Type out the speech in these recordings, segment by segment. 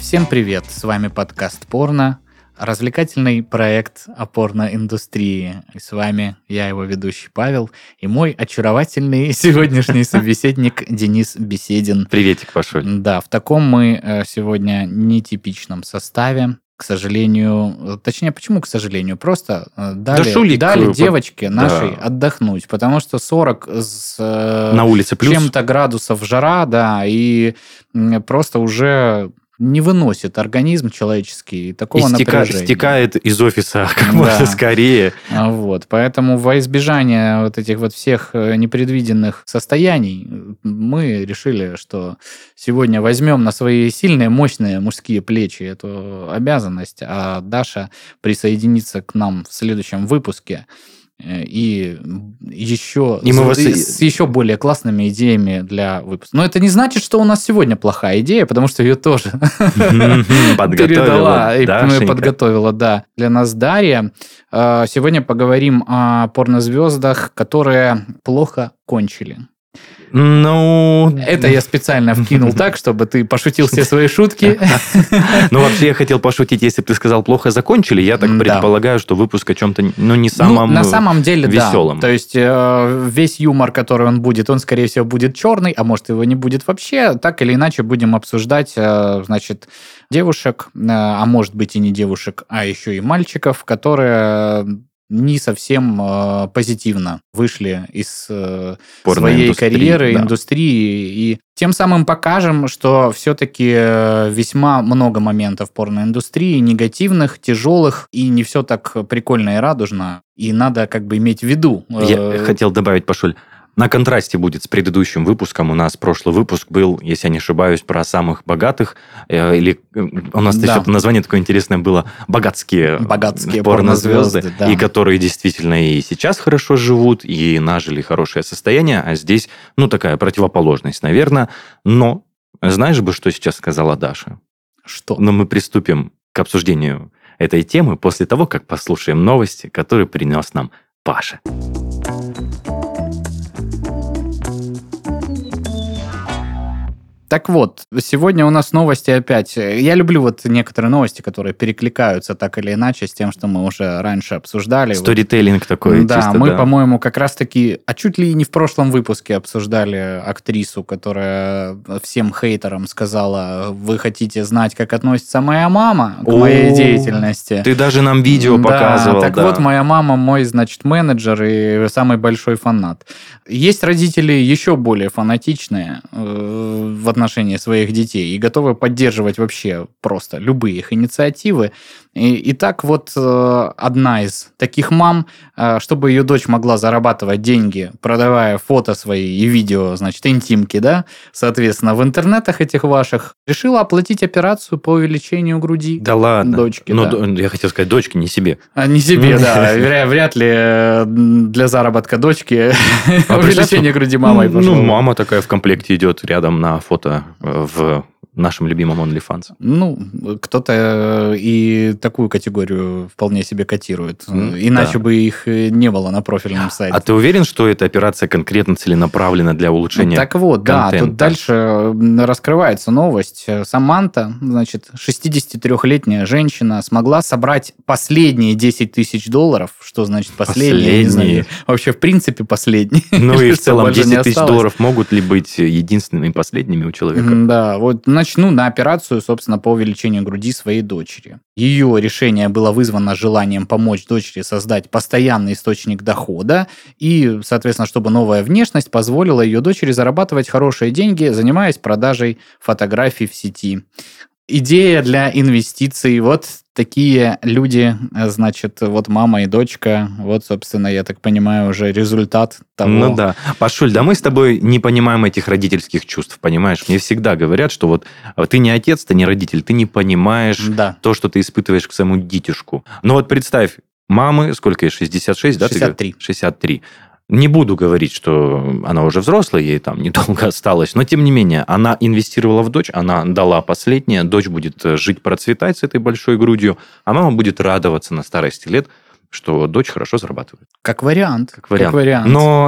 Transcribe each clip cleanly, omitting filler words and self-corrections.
Всем привет, с вами подкаст «Порно», развлекательный проект о порноиндустрии. И с вами я, его ведущий Павел, и мой очаровательный сегодняшний собеседник Денис Беседин. Приветик, Пашуль. Да, в таком мы сегодня нетипичном составе. К сожалению, точнее, почему к сожалению? Просто дали девочке нашей отдохнуть, потому что 40 на улице плюс чем-то градусов жара, да, и просто уже не выносит организм человеческий такого напряжения. Стекает из офиса как можно скорее. Вот, поэтому во избежание вот этих вот всех непредвиденных состояний мы решили, что сегодня возьмем на свои сильные, мощные мужские плечи эту обязанность, а Даша присоединится к нам в следующем выпуске. И с еще более классными идеями для выпуска. Но это не значит, что у нас сегодня плохая идея, потому что ее тоже подготовила, да, для нас Дарья. Сегодня поговорим о порнозвездах, которые плохо кончили. Это я специально вкинул так, чтобы ты пошутил все свои шутки. Ну, вообще, я хотел пошутить, если бы ты сказал «плохо закончили», я так предполагаю, что выпуск о чем-то, не самом на самом деле, веселом. Да. То есть, весь юмор, который он будет, он, скорее всего, будет черный, а может, его не будет вообще. Так или иначе, будем обсуждать, значит, девушек, а может быть и не девушек, а еще и мальчиков, которые не совсем позитивно вышли из своей карьеры, индустрии, и тем самым покажем, что все-таки весьма много моментов порноиндустрии, негативных, тяжелых, и не все так прикольно и радужно, и надо как бы иметь в виду. Я хотел добавить, Пашуль, на контрасте будет с предыдущим выпуском. У нас прошлый выпуск был, если я не ошибаюсь, про самых богатых. Или у нас еще название такое интересное было «Богатские порнозвезды», да. И которые действительно и сейчас хорошо живут, и нажили хорошее состояние. А здесь, такая противоположность, наверное. Но знаешь бы, что сейчас сказала Даша? Что? Но мы приступим к обсуждению этой темы после того, как послушаем новости, которые принес нам Паша. Так вот, сегодня у нас новости опять. Я люблю вот некоторые новости, которые перекликаются так или иначе с тем, что мы уже раньше обсуждали. Сторителлинг такой. Да, мы, по-моему, как раз-таки, чуть ли не в прошлом выпуске обсуждали актрису, которая всем хейтерам сказала: вы хотите знать, как относится моя мама к моей деятельности. Ты даже нам видео показывал. Так вот, моя мама мой, значит, менеджер и самый большой фанат. Есть родители еще более фанатичные в отношении своих детей и готовы поддерживать вообще просто любые их инициативы. И так вот одна из таких мам, чтобы ее дочь могла зарабатывать деньги, продавая фото свои и видео, значит, интимки, да, соответственно, в интернетах этих ваших, решила оплатить операцию по увеличению груди. Да ладно. Дочки, Я хотел сказать дочке, не себе. Не себе, да. Вряд ли для заработка дочки увеличение груди мамой пошло. Мама такая в комплекте идет рядом на фото в нашем любимом OnlyFans. Кто-то и такую категорию вполне себе котирует. Иначе бы их не было на профильном сайте. А ты уверен, что эта операция конкретно целенаправлена для улучшения Так вот, контента? Да. Тут дальше раскрывается новость. Саманта, значит, 63-летняя женщина, смогла собрать последние $10 тысяч. Что значит последние? Я не знаю. Вообще, в принципе, последние. И в целом $10 тысяч могут ли быть единственными последними у человека? Да, вот начну на операцию, собственно, по увеличению груди своей дочери. Ее решение было вызвано желанием помочь дочери создать постоянный источник дохода и, соответственно, чтобы новая внешность позволила ее дочери зарабатывать хорошие деньги, занимаясь продажей фотографий в сети. Идея для инвестиций. Вот такие люди, значит, вот мама и дочка. Вот, собственно, я так понимаю, уже результат того. Да. Пашуль, да мы с тобой не понимаем этих родительских чувств, понимаешь? Мне всегда говорят, что вот ты не отец, ты не родитель, ты не понимаешь то, что ты испытываешь к своему дитюшку. Но вот представь, мамы, сколько ей, 66, да? 63. 63. Не буду говорить, что она уже взрослая, ей там недолго осталось, но тем не менее, она инвестировала в дочь, она дала последнее, дочь будет жить, процветать с этой большой грудью, а мама будет радоваться на старости лет, что дочь хорошо зарабатывает. Как вариант. Но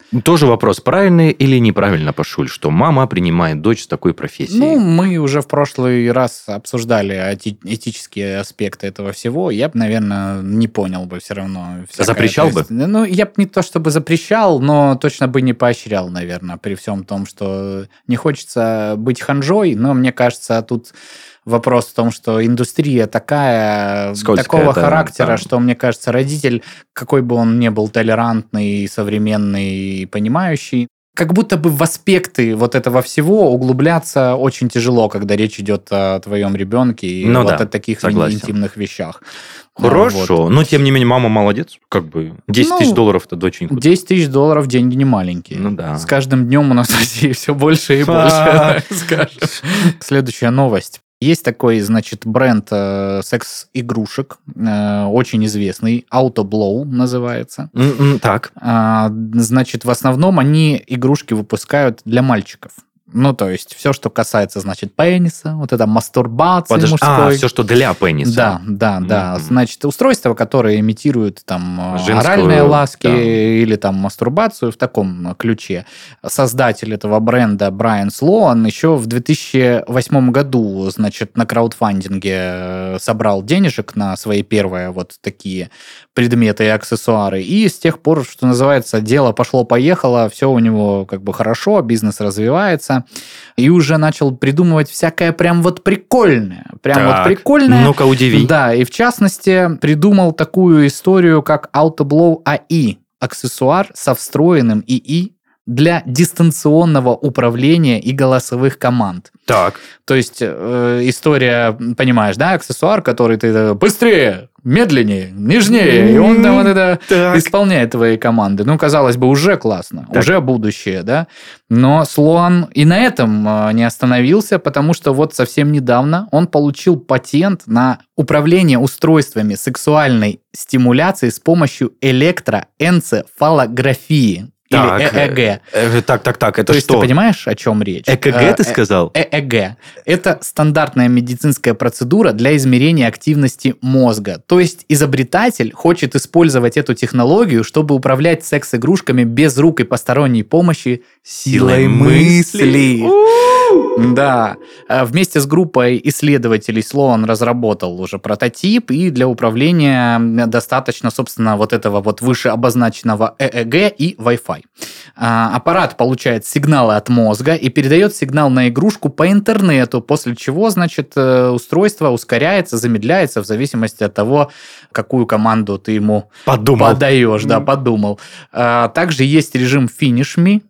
Тоже вопрос, правильно или неправильно, Пашуль, что мама принимает дочь с такой профессией? Ну, мы уже в прошлый раз обсуждали этические аспекты этого всего. Я бы, наверное, не понял бы все равно. Запрещал бы? Ну, я бы не то чтобы запрещал, но точно бы не поощрял, наверное, при всем том, что не хочется быть ханжой, но мне кажется, тут вопрос в том, что индустрия такая, скользкая, такого характера, что, мне кажется, родитель, какой бы он ни был толерантный, современный и понимающий, как будто бы в аспекты вот этого всего углубляться очень тяжело, когда речь идет о твоем ребенке и о таких интимных вещах. Хорошо, но тем не менее мама молодец. Как бы 10 тысяч долларов это доченька. 10 тысяч долларов деньги не маленькие. Ну да. С каждым днем у нас в России все больше и больше. Следующая новость. Есть такой, значит, бренд секс-игрушек, очень известный, Autoblow называется. Так. Значит, в основном они игрушки выпускают для мальчиков. Ну, то есть, все, что касается, значит, пениса, вот это мастурбация мужской. Все, что для пениса. Да. Значит, устройства, которые имитируют там женскую, оральные ласки или там мастурбацию в таком ключе. Создатель этого бренда Брайан Слоан еще в 2008 году, значит, на краудфандинге собрал денежек на свои первые вот такие предметы и аксессуары. И с тех пор, что называется, дело пошло-поехало, все у него как бы хорошо, бизнес развивается. И уже начал придумывать всякое прям вот прикольное. Вот прикольное. Ну-ка, удиви. Да, и в частности придумал такую историю, как Autoblow AI. Аксессуар со встроенным ИИ для дистанционного управления и голосовых команд. Так. То есть история, понимаешь, да, аксессуар, который ты быстрее, медленнее, нежнее, и он там вот это исполняет твои команды. Ну, казалось бы, уже классно, уже будущее, да. Но Слоан и на этом не остановился, потому что вот совсем недавно он получил патент на управление устройствами сексуальной стимуляции с помощью электроэнцефалографии. Или ЭЭГ. Так, это То что? То есть ты понимаешь, о чем речь? ЭКГ ты сказал? ЭЭГ. Это стандартная медицинская процедура для измерения активности мозга. То есть изобретатель хочет использовать эту технологию, чтобы управлять секс-игрушками без рук и посторонней помощи силой мысли. Да. Вместе с группой исследователей Слоан разработал уже прототип, и для управления достаточно, собственно, вот этого вот выше обозначенного ЭЭГ и Wi-Fi. Аппарат получает сигналы от мозга и передает сигнал на игрушку по интернету, после чего, значит, устройство ускоряется, замедляется в зависимости от того, какую команду ты ему подаешь. Да, подумал. Также есть режим Finish Me.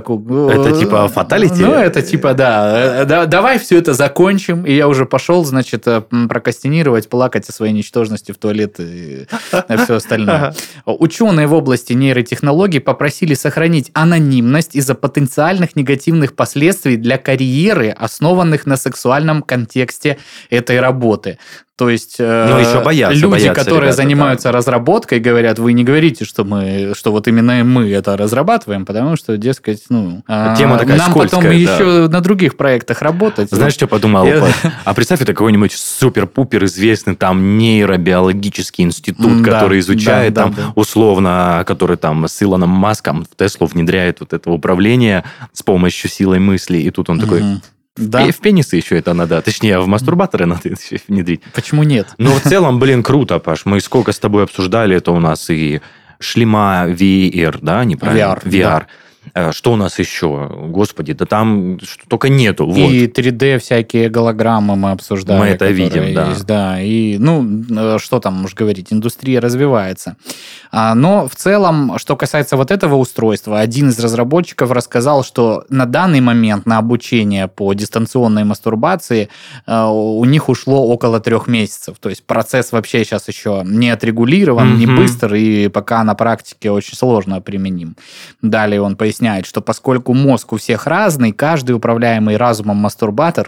Это типа фаталити? Ну, это типа, да. Давай все это закончим. И я уже пошел, значит, прокастинировать, плакать о своей ничтожности в туалет и все остальное. Ученые в области нейротехнологий попросили сохранить анонимность из-за потенциальных негативных последствий для карьеры, основанных на сексуальном контексте этой работы. То есть еще люди, которые занимаются разработкой, говорят, вы не говорите, что вот именно мы это разрабатываем, потому что, дескать, тема такая нам скользкая, потом еще на других проектах работать. Знаешь, что подумал? А представь, это какой-нибудь супер-пупер известный там нейробиологический институт, который изучает условно, который там с Илоном Маском в Теслу внедряет вот это управление с помощью силой мысли, и тут он такой... Да. И в пенисы еще это надо. Точнее, в мастурбаторы надо еще внедрить. Почему нет? Ну, в целом, круто, Паш. Мы сколько с тобой обсуждали, это у нас и шлема VR, да, неправильно? VR. Что у нас еще? Господи, да там что только нету. Вот. И 3D всякие голограммы мы обсуждали. Мы это видим, да. Есть, да. И, что там уж говорить, индустрия развивается. Но в целом, что касается вот этого устройства, один из разработчиков рассказал, что на данный момент на обучение по дистанционной мастурбации у них ушло около 3 месяцев. То есть процесс вообще сейчас еще не отрегулирован, не быстр, и пока на практике очень сложно применим. Далее он поясняет, что поскольку мозг у всех разный, каждый управляемый разумом мастурбатор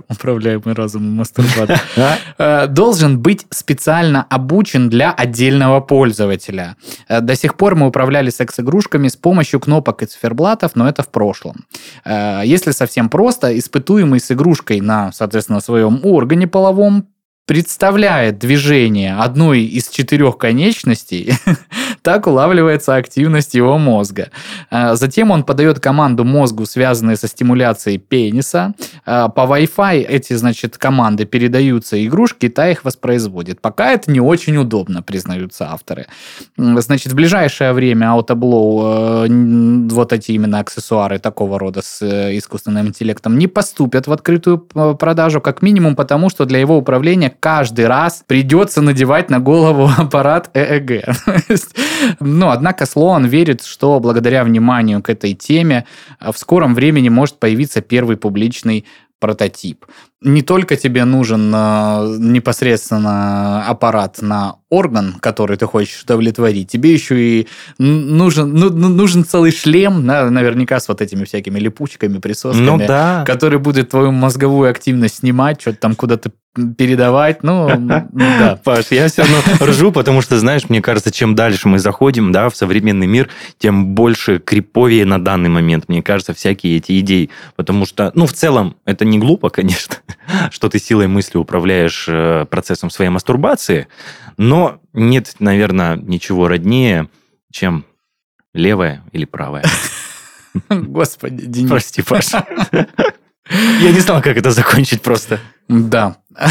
должен быть специально обучен для отдельного пользователя. До сих пор мы управляли секс-игрушками с помощью кнопок и циферблатов, но это в прошлом. Если совсем просто, испытуемый с игрушкой на, соответственно, своем органе половом представляет движение одной из 4 конечностей, Так улавливается активность его мозга. Затем он подает команду мозгу, связанную со стимуляцией пениса. По Wi-Fi эти, значит, команды передаются игрушке, и та их воспроизводит. Пока это не очень удобно, признаются авторы. Значит, в ближайшее время Autoblow, вот эти именно аксессуары такого рода с искусственным интеллектом, не поступят в открытую продажу, как минимум потому, что для его управления каждый раз придется надевать на голову аппарат ЭЭГ. Но, однако, Слоан верит, что благодаря вниманию к этой теме в скором времени может появиться первый публичный прототип. Не только тебе нужен непосредственно аппарат на орган, который ты хочешь удовлетворить, тебе еще и нужен целый шлем, наверняка с вот этими всякими липучками, присосками, который будет твою мозговую активность снимать, что-то там куда-то передавать. Да. Паш, я все равно ржу, потому что, знаешь, мне кажется, чем дальше мы заходим, в современный мир, тем больше криповее на данный момент, мне кажется, всякие эти идеи. Потому что, в целом, это не глупо, конечно, что ты силой мысли управляешь процессом своей мастурбации, но нет, наверное, ничего роднее, чем левая или правая. Господи, Денис. Прости, Паша. Я не знал, как это закончить просто. Да.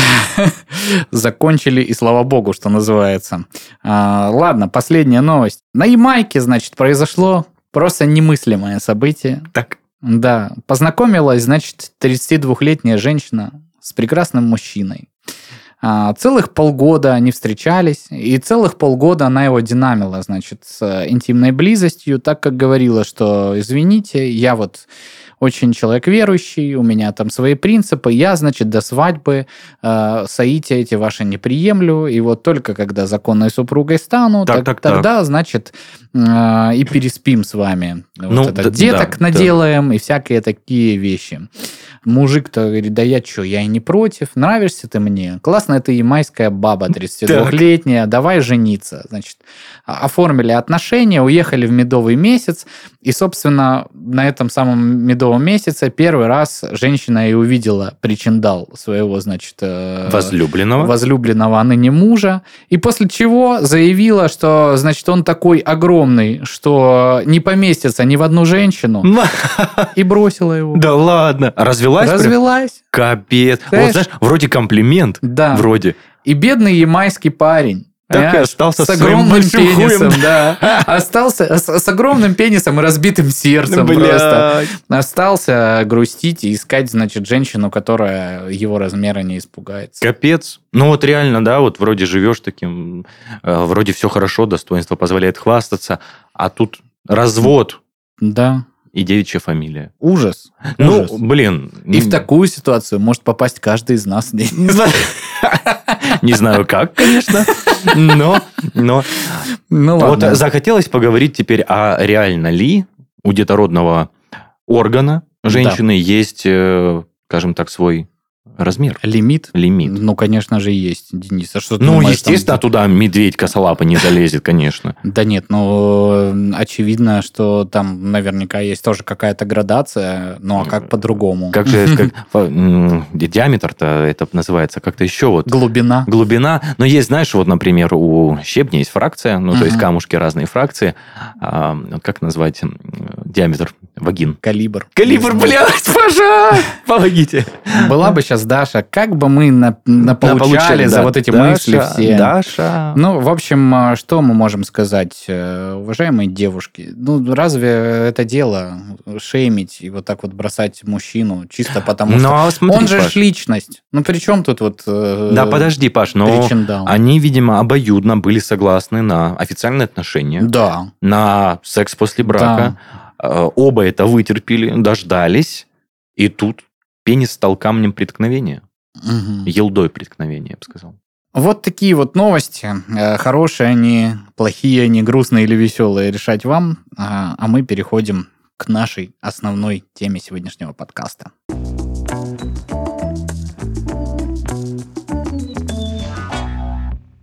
Закончили, и слава богу, что называется. Ладно, последняя новость. На Ямайке, значит, произошло просто немыслимое событие. Так. Да. Познакомилась, значит, 32-летняя женщина с прекрасным мужчиной. Целых полгода они встречались, и целых полгода она его динамила, значит, с интимной близостью, так как говорила, что, извините, я вот очень человек верующий, у меня там свои принципы, я, значит, до свадьбы соития эти ваши не приемлю, и вот только когда законной супругой стану, тогда, значит, и переспим с вами. Деток наделаем и всякие такие вещи. Мужик-то говорит, да я и не против, нравишься ты мне, классная ты ямайская баба 32-летняя, давай жениться. Значит, оформили отношения, уехали в медовый месяц, и, собственно, на этом самом медовом месяце первый раз женщина и увидела причиндал своего, значит, возлюбленного, а ныне мужа, и после чего заявила, что, значит, он такой огромный, что не поместится ни в одну женщину, и бросила его. Да ладно, развелась? Капец. Вот, знаешь, вроде комплимент. Да. Вроде. И бедный ямайский парень. Так и остался с огромным пенисом, да. Остался с огромным пенисом и разбитым сердцем просто. Остался грустить и искать, значит, женщину, которая его размера не испугается. Капец. Вот реально, да, вот вроде живешь таким, вроде все хорошо, достоинство позволяет хвастаться, а тут развод. Да. И девичья фамилия. Ужас. Блин. И в такую ситуацию может попасть каждый из нас. Не знаю как, конечно, но вот захотелось поговорить теперь, а реально ли у детородного органа женщины есть, скажем так, свой размер? Лимит? Лимит. Конечно же, есть, Денис. А что ты думаешь, естественно, туда медведь косолапый не залезет, конечно. Да нет, очевидно, что там наверняка есть тоже какая-то градация, а как по-другому? Как же, диаметр-то это называется как-то еще вот. Глубина. Но есть, знаешь, вот, например, у щебня есть фракция, то есть камушки разные фракции. Как назвать диаметр вагин? Калибр, блядь, пожалуйста, помогите. Была бы сейчас Даша, как бы мы получали за вот эти мысли все. Даша. В общем, что мы можем сказать, уважаемые девушки? Разве это дело шеймить и вот так вот бросать мужчину чисто потому, что смотри, он же личность. При чем тут вот Да, подожди, Паш, они, видимо, обоюдно были согласны на официальные отношения. Да. На секс после брака. Да. Оба это вытерпели, дождались, и тут пенис стал камнем преткновения. Елдой преткновения, я бы сказал. Вот такие вот новости. Хорошие они, плохие они, грустные или веселые, решать вам. А мы переходим к нашей основной теме сегодняшнего подкаста.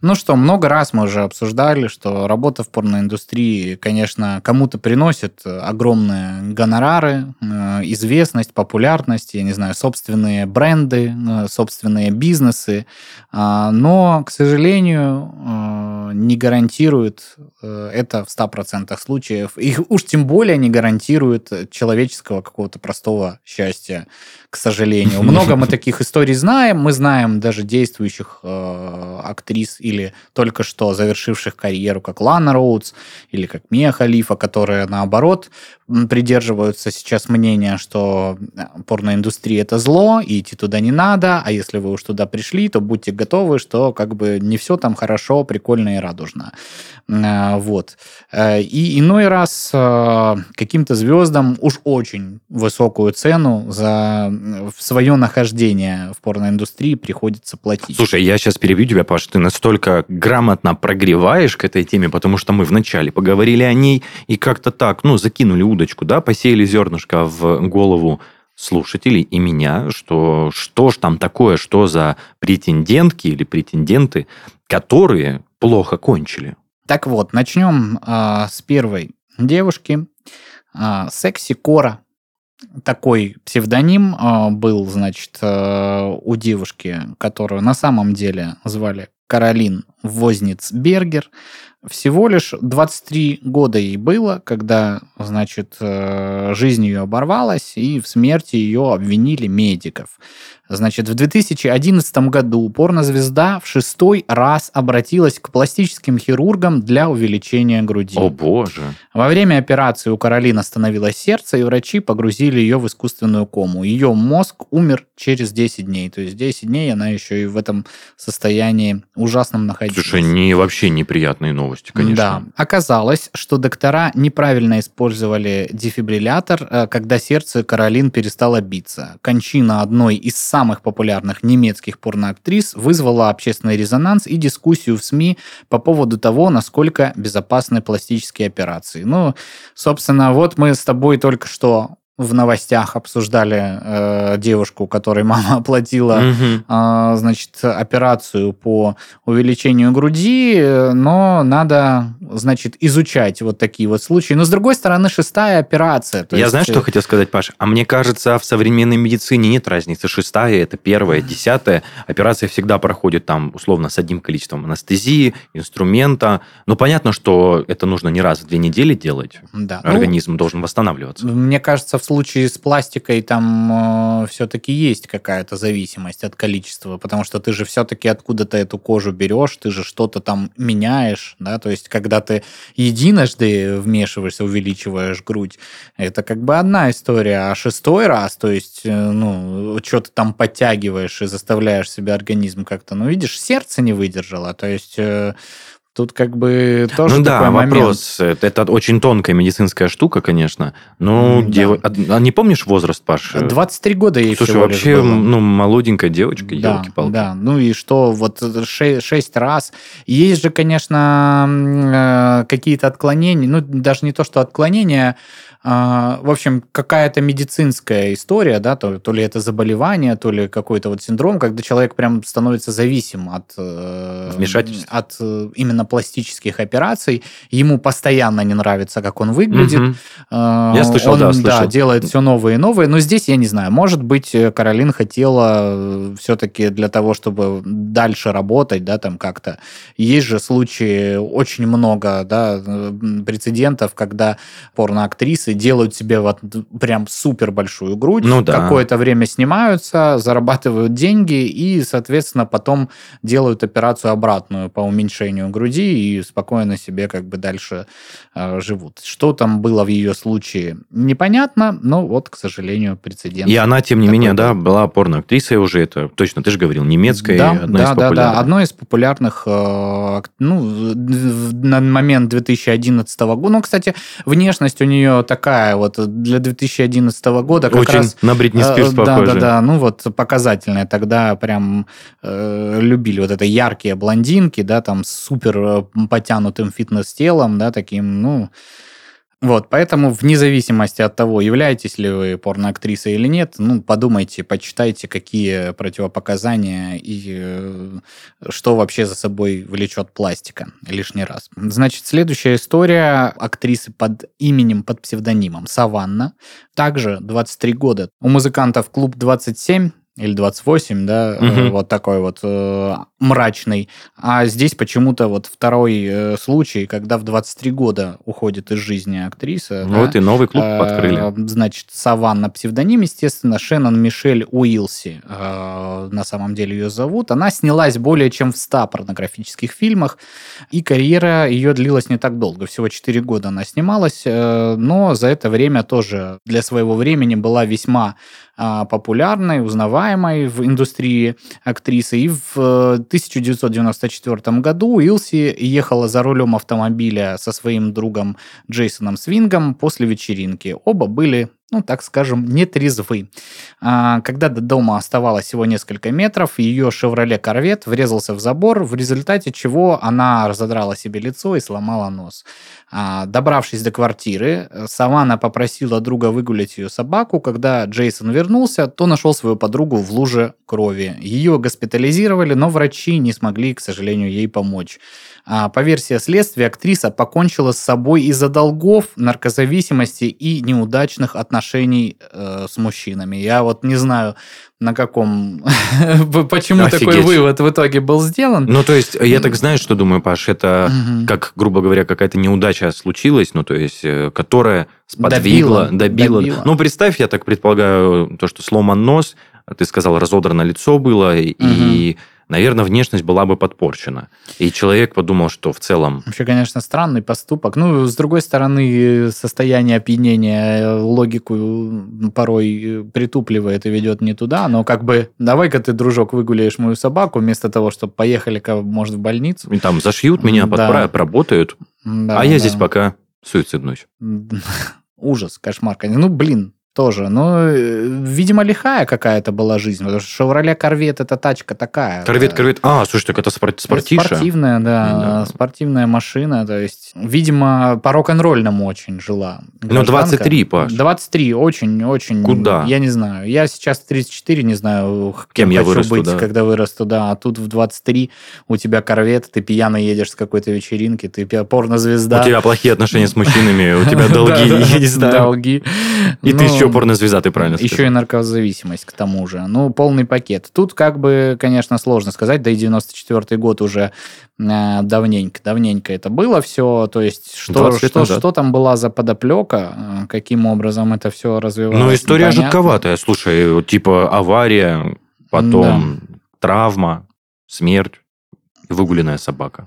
Ну что, много раз мы уже обсуждали, что работа в порноиндустрии, конечно, кому-то приносит огромные гонорары, известность, популярность, я не знаю, собственные бренды, собственные бизнесы, но, к сожалению, не гарантирует это в 100% случаев. И уж тем более не гарантирует человеческого какого-то простого счастья, к сожалению. Много мы таких историй знаем. Мы знаем даже действующих актрис или только что завершивших карьеру, как Лана Роудс или как Мия Халифа, которые, наоборот, придерживаются сейчас мнения, что порноиндустрия – это зло, и идти туда не надо, а если вы уж туда пришли, то будьте готовы, что как бы не все там хорошо, прикольно и радужно. Вот. И иной раз каким-то звездам уж очень высокую цену за свое нахождение в порноиндустрии приходится платить. Слушай, я сейчас перебью тебя, Паш, ты настолько грамотно прогреваешь к этой теме, потому что мы вначале поговорили о ней и как-то так, закинули удочку, да, посеяли зернышко в голову слушателей и меня, что ж там такое, что за претендентки или претенденты, которые плохо кончили. Так вот, начнем с первой девушки. Секси Кора. Такой псевдоним был, значит, у девушки, которую на самом деле звали Каролин Возниц-Бергер. Всего лишь 23 года ей было, когда, значит, жизнь ее оборвалась, и в смерти ее обвинили медиков. Значит, в 2011 году порнозвезда в 6-й раз обратилась к пластическим хирургам для увеличения груди. О, боже! Во время операции у Каролин остановилось сердце, и врачи погрузили ее в искусственную кому. Ее мозг умер через 10 дней. То есть 10 дней она еще и в этом состоянии ужасном находилась. Слушай, вообще неприятные новости, конечно. Да. Оказалось, что доктора неправильно использовали дефибриллятор, когда сердце Каролин перестало биться. Кончина одной из самых популярных немецких порноактрис вызвала общественный резонанс и дискуссию в СМИ по поводу того, насколько безопасны пластические операции. Собственно, вот мы с тобой только что в новостях обсуждали девушку, которой мама оплатила, значит, операцию по увеличению груди, но надо, значит, изучать вот такие вот случаи. Но, с другой стороны, 6-я операция. Я знаю, что хотел сказать, Паш. А мне кажется, в современной медицине нет разницы. 6-я, это 1-я, 10-я. Операция всегда проходит там, условно, с одним количеством анестезии, инструмента. Понятно, что это нужно не раз в 2 недели делать. Да. Организм должен восстанавливаться. Мне кажется, в случае с пластикой там все-таки есть какая-то зависимость от количества, потому что ты же все-таки откуда-то эту кожу берешь, ты же что-то там меняешь, да, то есть когда ты единожды вмешиваешься, увеличиваешь грудь, это как бы одна история, а 6-й раз, то есть, что-то там подтягиваешь и заставляешь себя организм как-то, видишь, сердце не выдержало, то есть... Тут как бы тоже такой вопрос. Это очень тонкая медицинская штука, конечно. А не помнишь возраст, Паш? 23 года ей Слушай, всего лишь вообще, было. молоденькая девочка, елки-палки. Да, и что, вот 6 раз. Есть же, конечно, какие-то отклонения, даже не то, что отклонения, в общем, какая-то медицинская история, да, то ли это заболевание, то ли какой-то вот синдром, когда человек прям становится зависим от вмешательств, от именно пластических операций, ему постоянно не нравится, как он выглядит. Я слышал, он, слышал. делает все новые и новые, но здесь я не знаю, может быть, Каролин хотела все-таки для того, чтобы дальше работать, да, там как-то. Есть же случаи, очень много, да, прецедентов, когда порноактрисы делают себе вот прям супер большую грудь, какое-то время снимаются, зарабатывают деньги и, соответственно, потом делают операцию обратную по уменьшению груди и спокойно себе как бы дальше живут. Что там было в ее случае, непонятно, но вот, к сожалению, прецедент. И она, тем не менее, да, была порноактрисой уже, это точно, ты же говорил, немецкая, одна из популярных. Да, одной из популярных, на момент 2011 года. Кстати, внешность у нее такая вот для 2011 года как очень раз... на Бритни Спирс похожа. Да, показательная. Тогда прям любили вот это яркие блондинки, да, там с супер потянутым фитнес-телом, да, таким, Вот, поэтому вне зависимости от того, являетесь ли вы порноактрисой или нет, подумайте, почитайте, какие противопоказания и что вообще за собой влечет пластика лишний раз. Значит, следующая история актрисы под именем, под псевдонимом Саванна. Также 23 года. У музыкантов клуб 27 или 28, да, вот такой вот мрачный. А здесь почему-то вот второй случай, когда в 23 года уходит из жизни актриса. Вот и новый клуб открыли. Значит, Саванна псевдоним, естественно, Шеннон Мишель Уилси, на самом деле ее зовут. Она снялась более чем в 100 порнографических фильмах, и карьера ее длилась не так долго. Всего 4 года она снималась, но за это время тоже для своего времени была весьма популярной, узнаваемой в индустрии актрисы. И в 1994 году Уилси ехала за рулем автомобиля со своим другом Джейсоном Свингом после вечеринки. Оба были, так скажем, нетрезвы. Когда до дома оставалось всего несколько метров, ее «Шевроле Корвет» врезался в забор, в результате чего она разодрала себе лицо и сломала нос. Добравшись до квартиры, Саванна попросила друга выгулять ее собаку. Когда Джейсон вернулся, то нашел свою подругу в луже крови. Ее госпитализировали, но врачи не смогли, к сожалению, ей помочь. По версии следствия, актриса покончила с собой из-за долгов, наркозависимости и неудачных отношений с мужчинами. Я вот не знаю, на каком... Почему такой вывод в итоге был сделан. То есть, я так знаю, что думаю, Паш, это, как, грубо говоря, какая-то неудача случилась, которая сподвигла, добила. Представь, я так предполагаю, то, что сломан нос, ты сказал, разодрано лицо было, и... наверное, внешность была бы подпорчена. И человек подумал, что в целом... Вообще, конечно, странный поступок. С другой стороны, состояние опьянения логику порой притупливает и ведет не туда. Но давай-ка ты, дружок, выгуляешь мою собаку, вместо того, чтобы поехали-ка, может, в больницу. И там зашьют меня, подправят, работают. Я здесь пока суициднусь. Ужас, кошмар. Тоже. Видимо, лихая какая-то была жизнь, потому что «Шевроле Корвет» — это тачка такая. Корвет. Слушай, так это спортиша? Спортивная, да. Спортивная машина. То есть, видимо, по рок-н-ролльному очень жила. 23, Паш. 23, очень-очень. Куда? Я не знаю. Я сейчас 34, не знаю, кем я хочу вырасту, быть, когда вырасту, да. А тут в 23 у тебя корвет, ты пьяно едешь с какой-то вечеринки, ты порнозвезда. У тебя плохие отношения с мужчинами, у тебя долги, я не знаю. Долги. И ты еще порнозвезда, ты правильно сказал. Еще и наркозависимость, к тому же. Полный пакет. Тут, конечно, сложно сказать, да и 94-й год уже давненько это было все. То есть, что там была за подоплека, каким образом это все развивалось. История жутковатая. Слушай, типа авария, потом травма, смерть, выгуленная собака.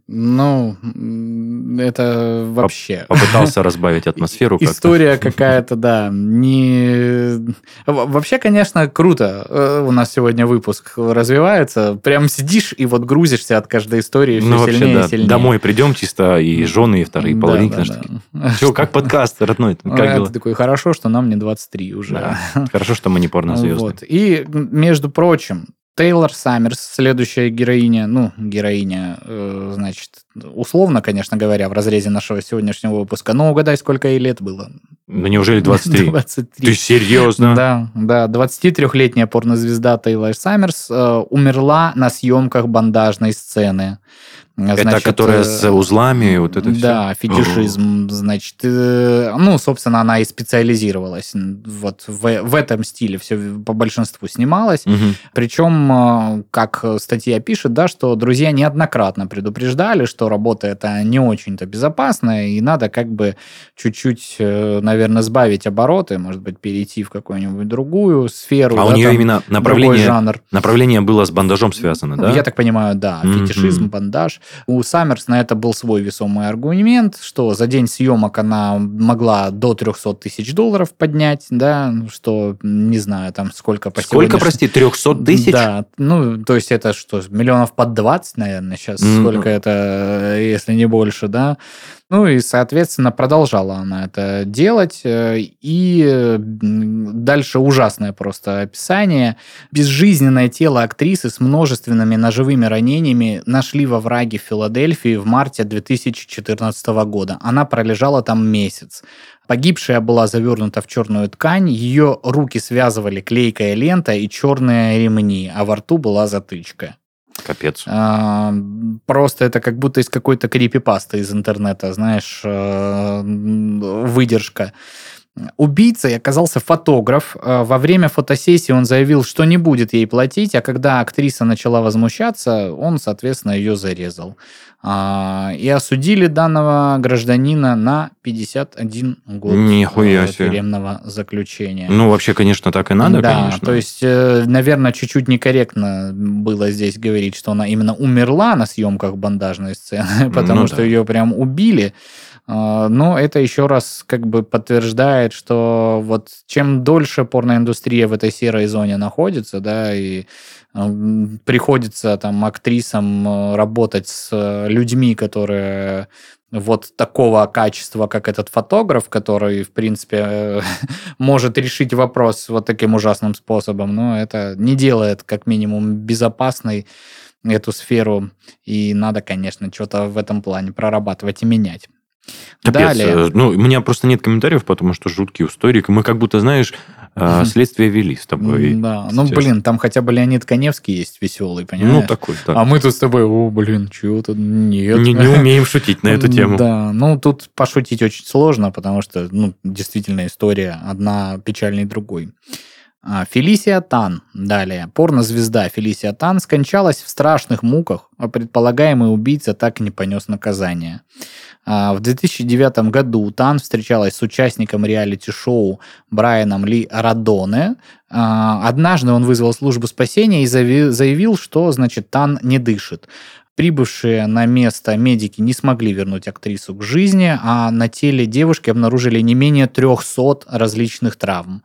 Это вообще... Попытался разбавить атмосферу как-то. История какая-то, да, не... Вообще, конечно, круто. У нас сегодня выпуск развивается. Прям сидишь и грузишься от каждой истории все сильнее и сильнее. Домой придем чисто, и жены, и вторые половинки наши такие. Че, как подкаст, родной? Ты такой, хорошо, что нам не 23 уже. Да. Хорошо, что мы не порнозвезды. И, между прочим, Тейлор Саммерс, следующая героиня, значит, условно, конечно говоря, в разрезе нашего сегодняшнего выпуска, но угадай, сколько ей лет было. Неужели 23? 23. Ты серьезно? Да. 23-летняя порнозвезда Тейлор Саммерс умерла на съемках бандажной сцены. Значит, это которая с узлами, вот это все? Да, фетишизм, значит. Собственно, она и специализировалась. Вот в этом стиле все по большинству снималось. Причем, как статья пишет, да, что друзья неоднократно предупреждали, что работа эта не очень-то безопасная, и надо чуть-чуть, наверное, сбавить обороты, может быть, перейти в какую-нибудь другую сферу. А у нее именно направление было с бандажом связано, да? Я так понимаю, да. Фетишизм, бандаж. У Саммерс на это был свой весомый аргумент, что за день съемок она могла до $300 тысяч поднять, да, что, не знаю, там сколько по Сколько, прости, 300 тысяч? Да, то есть это что, миллионов под 20, наверное, сейчас, сколько это, если не больше, да. Ну и, соответственно, продолжала она это делать. И дальше ужасное просто описание. Безжизненное тело актрисы с множественными ножевыми ранениями нашли во враге в Филадельфии в марте 2014 года. Она пролежала там месяц. Погибшая была завернута в черную ткань, ее руки связывали клейкая лента и черные ремни, а во рту была затычка. Капец. Просто это как будто из какой-то крипипасты из интернета, знаешь, выдержка. Убийцей оказался фотограф. Во время фотосессии он заявил, что не будет ей платить, а когда актриса начала возмущаться, он, соответственно, ее зарезал. И осудили данного гражданина на 51 год тюремного заключения. Ну, вообще, конечно, так и надо, да, конечно. То есть, наверное, чуть-чуть некорректно было здесь говорить, что она именно умерла на съемках бандажной сцены, потому что ее прям убили. Но это еще раз как бы подтверждает, что вот чем дольше порноиндустрия в этой серой зоне находится, да, и приходится там актрисам работать с людьми, которые вот такого качества, как этот фотограф, который, в принципе, может решить вопрос вот таким ужасным способом, но это не делает, как минимум, безопасной эту сферу, и надо, конечно, что-то в этом плане прорабатывать и менять. Капец. Далее. Ну, у меня просто нет комментариев, потому что жуткий историк. Мы как будто, знаешь, следствие вели с тобой. Да, ну, блин, там хотя бы Леонид Каневский есть веселый, понимаешь? Ну, такой, да. А мы тут с тобой, что-то нет. Не умеем шутить на эту тему. Да, ну, тут пошутить очень сложно, потому что, ну, действительно, история одна печальней другой. Фелисия Тан. Далее. Порнозвезда Фелисия Тан скончалась в страшных муках, а предполагаемый убийца так и не понес наказания. В 2009 году Тан встречалась с участником реалити-шоу Брайаном Ли Радоне. Однажды он вызвал службу спасения и заявил, что, значит, Тан не дышит. Прибывшие на место медики не смогли вернуть актрису к жизни, а на теле девушки обнаружили не менее 300 различных травм.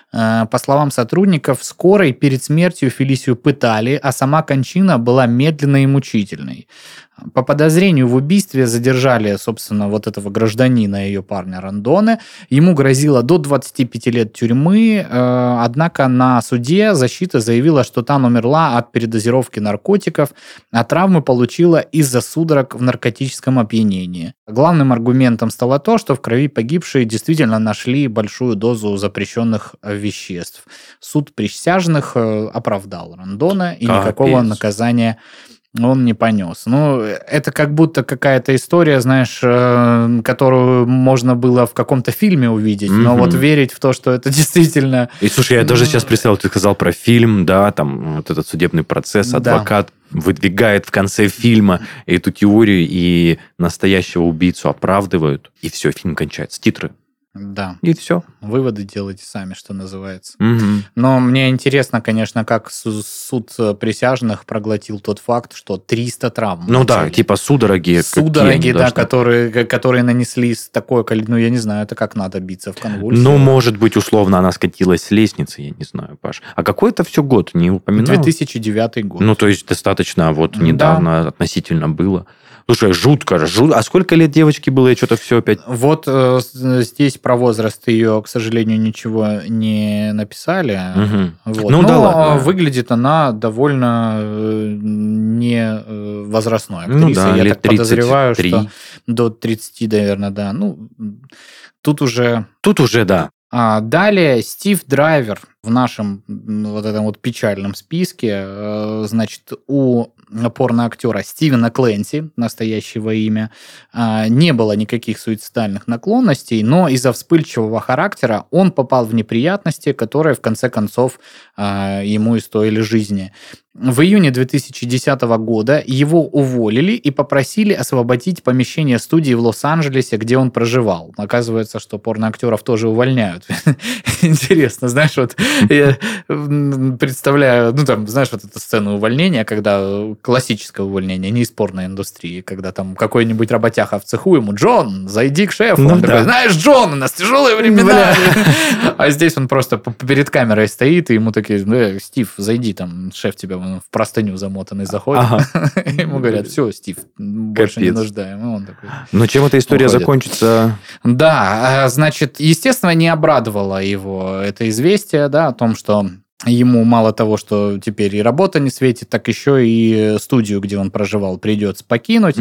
По словам сотрудников скорой, перед смертью Фелисию пытали, а сама кончина была медленной и мучительной. По подозрению в убийстве задержали, собственно, вот этого гражданина, ее парня Рандоне. Ему грозило до 25 лет тюрьмы, однако на суде защита заявила, что Тан умерла от передозировки наркотиков, а травмы получила из-за судорог в наркотическом опьянении. Главным аргументом стало то, что в крови погибшей действительно нашли большую дозу запрещенных веществ. Суд присяжных оправдал Рандоне, и никакого наказания он не понес. Ну, это как будто какая-то история, знаешь, которую можно было в каком-то фильме увидеть, но вот верить в то, что это действительно... И, слушай, я даже сейчас представил, ты сказал про фильм, да, там вот этот судебный процесс, адвокат выдвигает в конце фильма эту теорию, и настоящего убийцу оправдывают, и все, фильм кончается, титры. Да. И все. Выводы делайте сами, что называется. Но мне интересно, конечно, как суд присяжных проглотил тот факт, что 300 травм. Ну да, типа судороги. Судороги, да, которые нанесли с такой, ну я не знаю, это как надо биться в конвульсии. Ну, может быть, условно она скатилась с лестницы, я не знаю, Паш. А какой это все год, не упоминал? 2009 год. Ну, то есть достаточно вот недавно относительно было. Слушай, жутко. А сколько лет девочке было? Я что-то все опять... Вот здесь про возраст ее, к сожалению, ничего не написали. Вот. Ну, да ладно. Выглядит она довольно не возрастной актрисой. Ну, да, я лет так подозреваю, 33. что до 30, наверное, да. Ну, тут уже, да. Далее Стив Драйвер в нашем вот этом вот печальном списке. Значит, у порноактера Стивена Кленси, настоящего имя, не было никаких суицидальных наклонностей, но из-за вспыльчивого характера он попал в неприятности, которые в конце концов ему и стоили жизни. В июне 2010 года его уволили и попросили освободить помещение студии в Лос-Анджелесе, где он проживал. Оказывается, что порноактеров тоже увольняют. Интересно, знаешь, вот Я представляю, знаешь, вот эту сцену увольнения, когда классическое увольнение, не из порной индустрии, когда там какой-нибудь работяга в цеху ему: Джон, зайди к шефу. Он такой: знаешь, Джон, у нас тяжелые времена. А здесь он просто перед камерой стоит, и ему такие: Стив, зайди, там шеф тебя в простыню замотанный заходит. Ему говорят: все, Стив, больше не нуждаем. И он такой: но чем эта история закончится? Да, значит, естественно, не обрадовало его это известие, да, о том, что ему мало того, что теперь и работа не светит, так еще и студию, где он проживал, придется покинуть.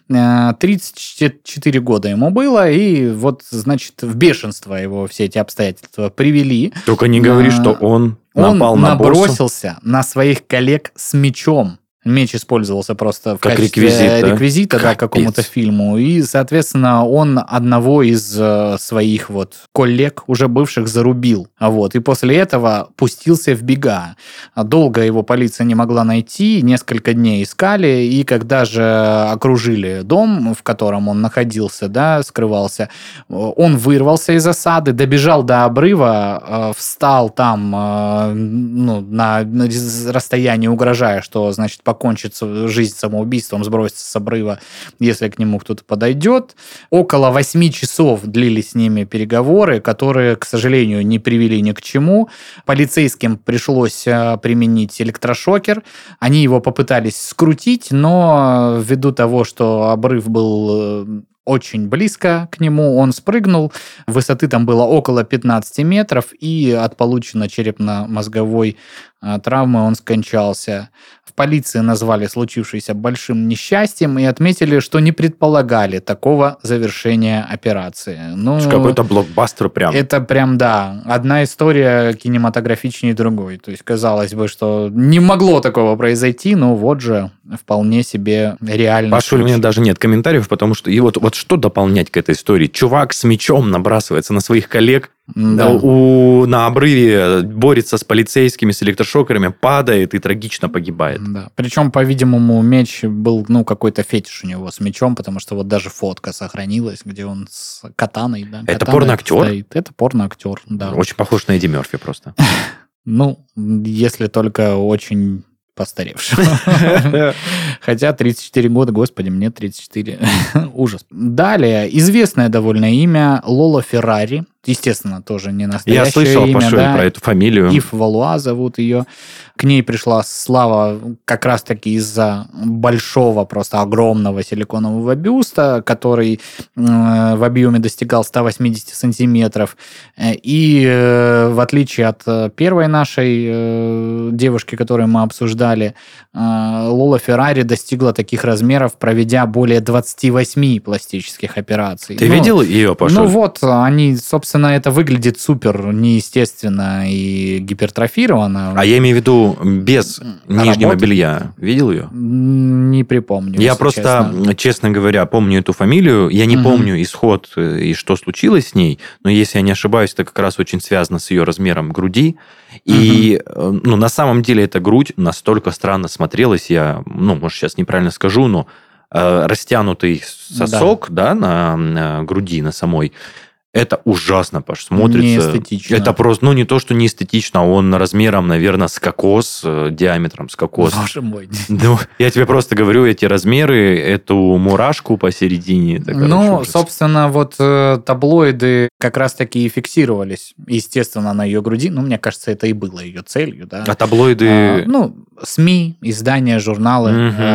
34 года ему было, и вот, значит, в бешенство его все эти обстоятельства привели. Только не говори, что он напал на босса. Он набросился на своих коллег с мечом. Меч использовался просто в как качестве реквизита да, к какому-то фильму. И, соответственно, он одного из своих вот коллег, уже бывших, зарубил. Вот. И после этого пустился в бега. Долго его полиция не могла найти, несколько дней искали, и когда же окружили дом, в котором он находился, да, скрывался, он вырвался из осады, добежал до обрыва, встал там на расстоянии, угрожая, что, значит, покончит жизнь самоубийством, сбросится с обрыва, если к нему кто-то подойдет. Около 8 часов длились с ними переговоры, которые, к сожалению, не привели ни к чему. Полицейским пришлось применить электрошокер. Они его попытались скрутить, но ввиду того, что обрыв был очень близко к нему, он спрыгнул. Высоты там было около 15 метров, и от полученной черепно-мозговой травмы он скончался. В полиции назвали случившееся большим несчастьем и отметили, что не предполагали такого завершения операции. Какой-то блокбастер прям. Это прям, да. Одна история кинематографичнее другой. То есть, казалось бы, что не могло такого произойти, но вот же вполне себе реально. Пашуль, у меня даже нет комментариев, потому что и вот что дополнять к этой истории? Чувак с мечом набрасывается на своих коллег, да. На обрыве борется с полицейскими, с электрошокерами, падает и трагично погибает. Да. Причем, по-видимому, меч был, какой-то фетиш у него с мечом, потому что вот даже фотка сохранилась, где он с катаной. Да, это порноактер? Стоит. Это порноактер, да. Очень похож на Эдди Мерфи просто. Если только очень постаревшего. Хотя 34 года, господи, мне 34. Ужас. Далее, известное довольно имя Лола Феррари. Естественно, тоже не настоящее имя. Я слышал, Пашуль, про эту фамилию. Ив Валуа зовут ее. К ней пришла слава как раз-таки из-за большого, просто огромного силиконового бюста, который в объеме достигал 180 сантиметров. И в отличие от первой нашей девушки, которую мы обсуждали, Лола Феррари достигла таких размеров, проведя более 28 пластических операций. Ты видел ее, Паша? Они, собственно, это выглядит супер неестественно и гипертрофировано. А я имею в виду без нижнего белья. Видел ее? Не припомню. Я просто, честно говоря, помню эту фамилию. Я не помню исход и что случилось с ней, но если я не ошибаюсь, это как раз очень связано с ее размером груди. И на самом деле эта грудь настолько странно смотрелась, я, может, сейчас неправильно скажу, но растянутый сосок, да, на груди, на самой, это ужасно, Паш, смотрится. Неэстетично. Это просто, не то, что не эстетично, он размером, наверное, с кокос, диаметром с кокос. Боже мой. Я тебе просто говорю, эти размеры, эту мурашку посередине. Собственно, вот таблоиды как раз-таки и фиксировались, естественно, на ее груди. Мне кажется, это и было ее целью. Да? А таблоиды... СМИ, издания, журналы,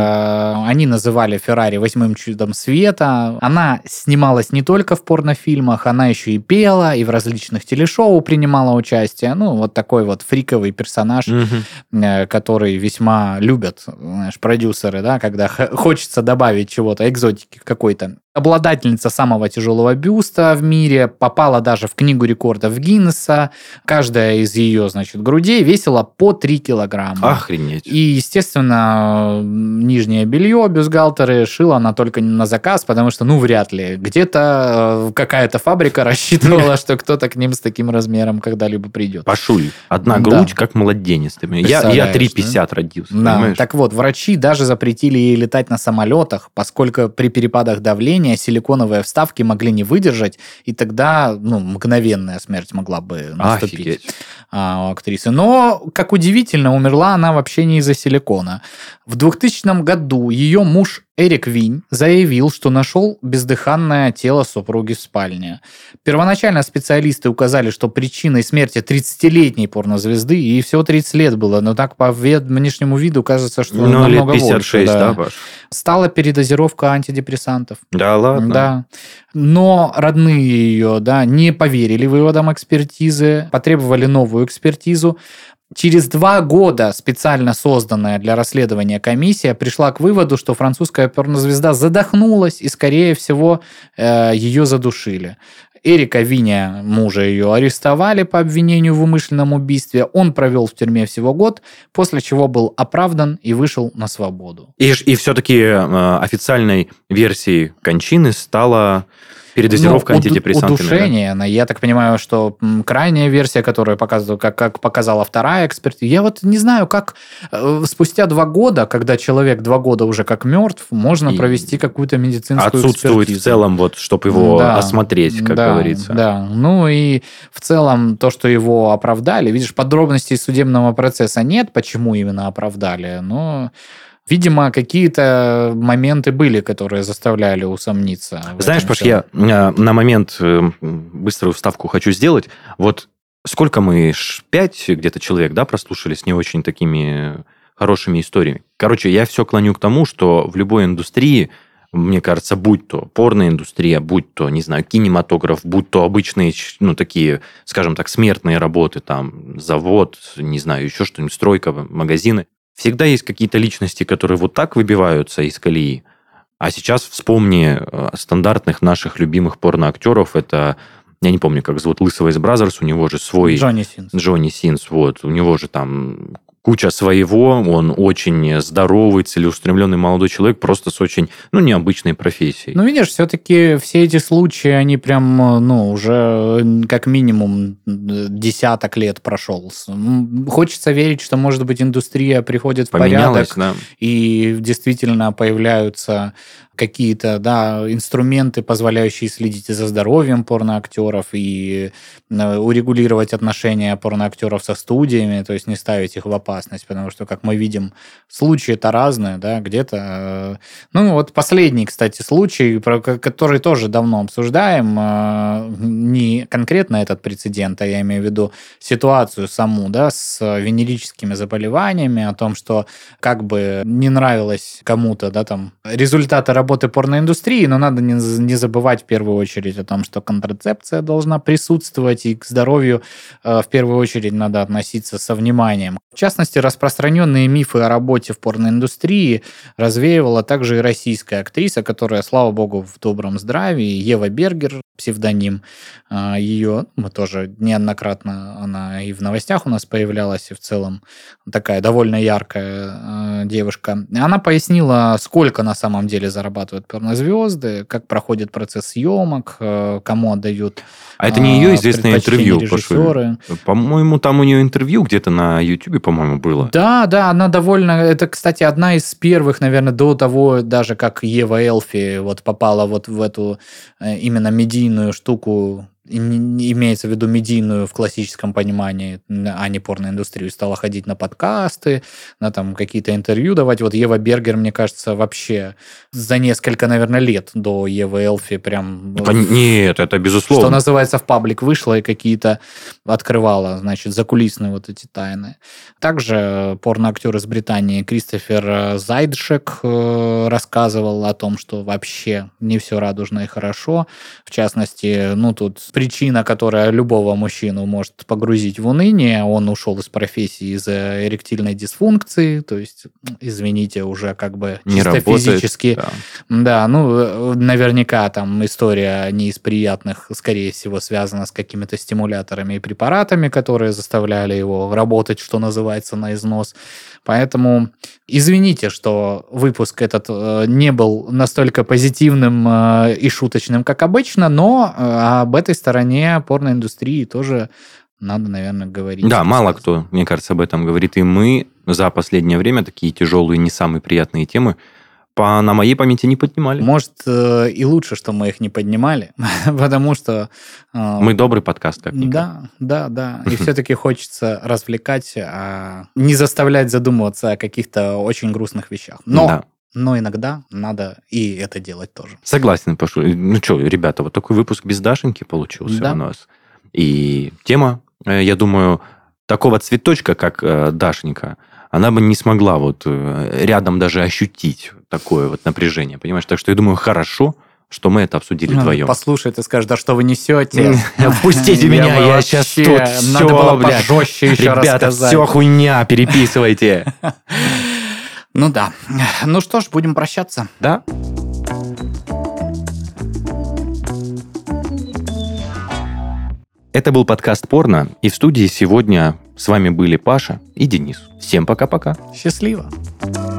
они называли Феррари восьмым чудом света. Она снималась не только в порнофильмах, она еще и пела, и в различных телешоу принимала участие. Вот такой вот фриковый персонаж, который весьма любят, продюсеры, да, когда хочется добавить чего-то, экзотики какой-то. Обладательница самого тяжелого бюста в мире, попала даже в книгу рекордов Гиннесса. Каждая из ее, грудей весила по 3 килограмма. Охренеть. И, естественно, нижнее белье, бюстгальтеры шила она только на заказ, потому что, вряд ли. Где-то какая-то фабрика рассчитывала, что кто-то к ним с таким размером когда-либо придет. Пашуль, одна грудь, как младенец. Я 3,50 родился, понимаешь? Так вот, врачи даже запретили ей летать на самолетах, поскольку при перепадах давления силиконовые вставки могли не выдержать, и тогда мгновенная смерть могла бы наступить. Офигеть. у актрисы. Но, как удивительно, умерла она вообще не из-за силикона. В 2000 году ее муж Эрик Винь заявил, что нашел бездыханное тело супруги в спальне. Первоначально специалисты указали, что причиной смерти 30-летней порнозвезды, ей всего 30 лет было, но так по внешнему виду кажется, что намного 56, больше. Да, Паш? Стала передозировка антидепрессантов. Да, ладно? Да. Но родные ее, не поверили выводам экспертизы, потребовали новую экспертизу. Через 2 года специально созданная для расследования комиссия пришла к выводу, что французская порнозвезда задохнулась и, скорее всего, ее задушили. Эрика Виня, мужа ее, арестовали по обвинению в умышленном убийстве. Он провел в тюрьме всего год, после чего был оправдан и вышел на свободу. И все-таки официальной версией кончины стала передозировка антидепрессантами. Удушение. Да? Я так понимаю, что крайняя версия, которую показывала, как показала вторая экспертиза, я вот не знаю, как спустя 2 года, когда человек 2 года уже как мертв, можно провести какую-то медицинскую отсутствует экспертизу. в целом, чтобы его осмотреть, как говорится. Да, и в целом то, что его оправдали, видишь, подробностей судебного процесса нет, почему именно оправдали, но... Видимо, какие-то моменты были, которые заставляли усомниться. Знаешь, Паш, я на момент быструю вставку хочу сделать. Вот сколько мы, 5 где-то человек, прослушали с не очень такими хорошими историями. Короче, я все клоню к тому, что в любой индустрии, мне кажется, будь то порноиндустрия, будь то, не знаю, кинематограф, будь то обычные, такие, скажем так, смертные работы, там, завод, не знаю, еще что-нибудь, стройка, магазины, всегда есть какие-то личности, которые вот так выбиваются из колеи. А сейчас вспомни стандартных наших любимых порноактеров. Это, я не помню, как зовут, Лысого из Бразерс, у него же свой... Джонни Синс, вот. У него же там куча своего, он очень здоровый, целеустремленный молодой человек, просто с очень, необычной профессией. Видишь, все-таки все эти случаи, они прям, уже как минимум 10 лет прошел. Хочется верить, что, может быть, индустрия приходит в порядок, да. И действительно появляются какие-то инструменты, позволяющие следить за здоровьем порноактеров и урегулировать отношения порноактеров со студиями, то есть не ставить их в опасность, потому что, как мы видим, случаи-то разные, где-то... последний, кстати, случай, который тоже давно обсуждаем, не конкретно этот прецедент, а я имею в виду ситуацию саму, с венерическими заболеваниями, о том, что как бы не нравилось кому-то, результаты работы порноиндустрии, но надо не забывать в первую очередь о том, что контрацепция должна присутствовать, и к здоровью в первую очередь надо относиться со вниманием. В частности, распространенные мифы о работе в порноиндустрии развеивала также и российская актриса, которая, слава богу, в добром здравии, Ева Бергер, псевдоним ее, мы тоже неоднократно, она и в новостях у нас появлялась, и в целом такая довольно яркая девушка. Она пояснила, сколько на самом деле зарабатывают порнозвезды, как проходит процесс съемок, кому отдают. А это не ее известное интервью, по-моему, там у нее интервью где-то на YouTube, по-моему, было. Да, она довольно... Это, кстати, одна из первых, наверное, до того, даже как Ева Элфи попала в эту именно медийную штуку, имеется в виду медийную в классическом понимании, а не порноиндустрию, стала ходить на подкасты, на какие-то интервью давать. Вот Ева Бергер, мне кажется, вообще за несколько, наверное, лет до Евы Элфи прям... Нет, это безусловно. Что называется, в паблик вышла и какие-то открывала, закулисные эти тайны. Также порноактер из Британии Кристофер Зайдшек рассказывал о том, что вообще не все радужно и хорошо. В частности, тут причина, которая любого мужчину может погрузить в уныние. Он ушел из профессии из-за эректильной дисфункции, то есть, извините, уже как бы не чисто работает, физически. Да, наверняка там история не из приятных, скорее всего, связана с какими-то стимуляторами и препаратами, которые заставляли его работать, что называется, на износ. Поэтому извините, что выпуск этот не был настолько позитивным и шуточным, как обычно, но об этой стороне порноиндустрии тоже надо, наверное, говорить. Да, мало кто, мне кажется, об этом говорит. И мы за последнее время такие тяжелые, не самые приятные темы на моей памяти не поднимали. Может, и лучше, что мы их не поднимали, потому что... Мы добрый подкаст, как-никак. Да. И все-таки хочется развлекать, а не заставлять задумываться о каких-то очень грустных вещах. Но иногда надо и это делать тоже. Согласен, Пашуль. Ну что, ребята, вот такой выпуск без Дашеньки получился у нас. И тема, я думаю, такого цветочка, как Дашенька, она бы не смогла вот рядом даже ощутить такое вот напряжение, понимаешь? Так что я думаю, хорошо, что мы это обсудили вдвоем. Послушай, ты скажешь, да что вы несете? Впустите меня, я сейчас тут надо было пожестче еще рассказать. Ребята, все хуйня, переписывайте. Ну да. Ну что ж, будем прощаться. Да. Это был подкаст «Порно», и в студии сегодня с вами были Паша и Денис. Всем пока-пока. Счастливо.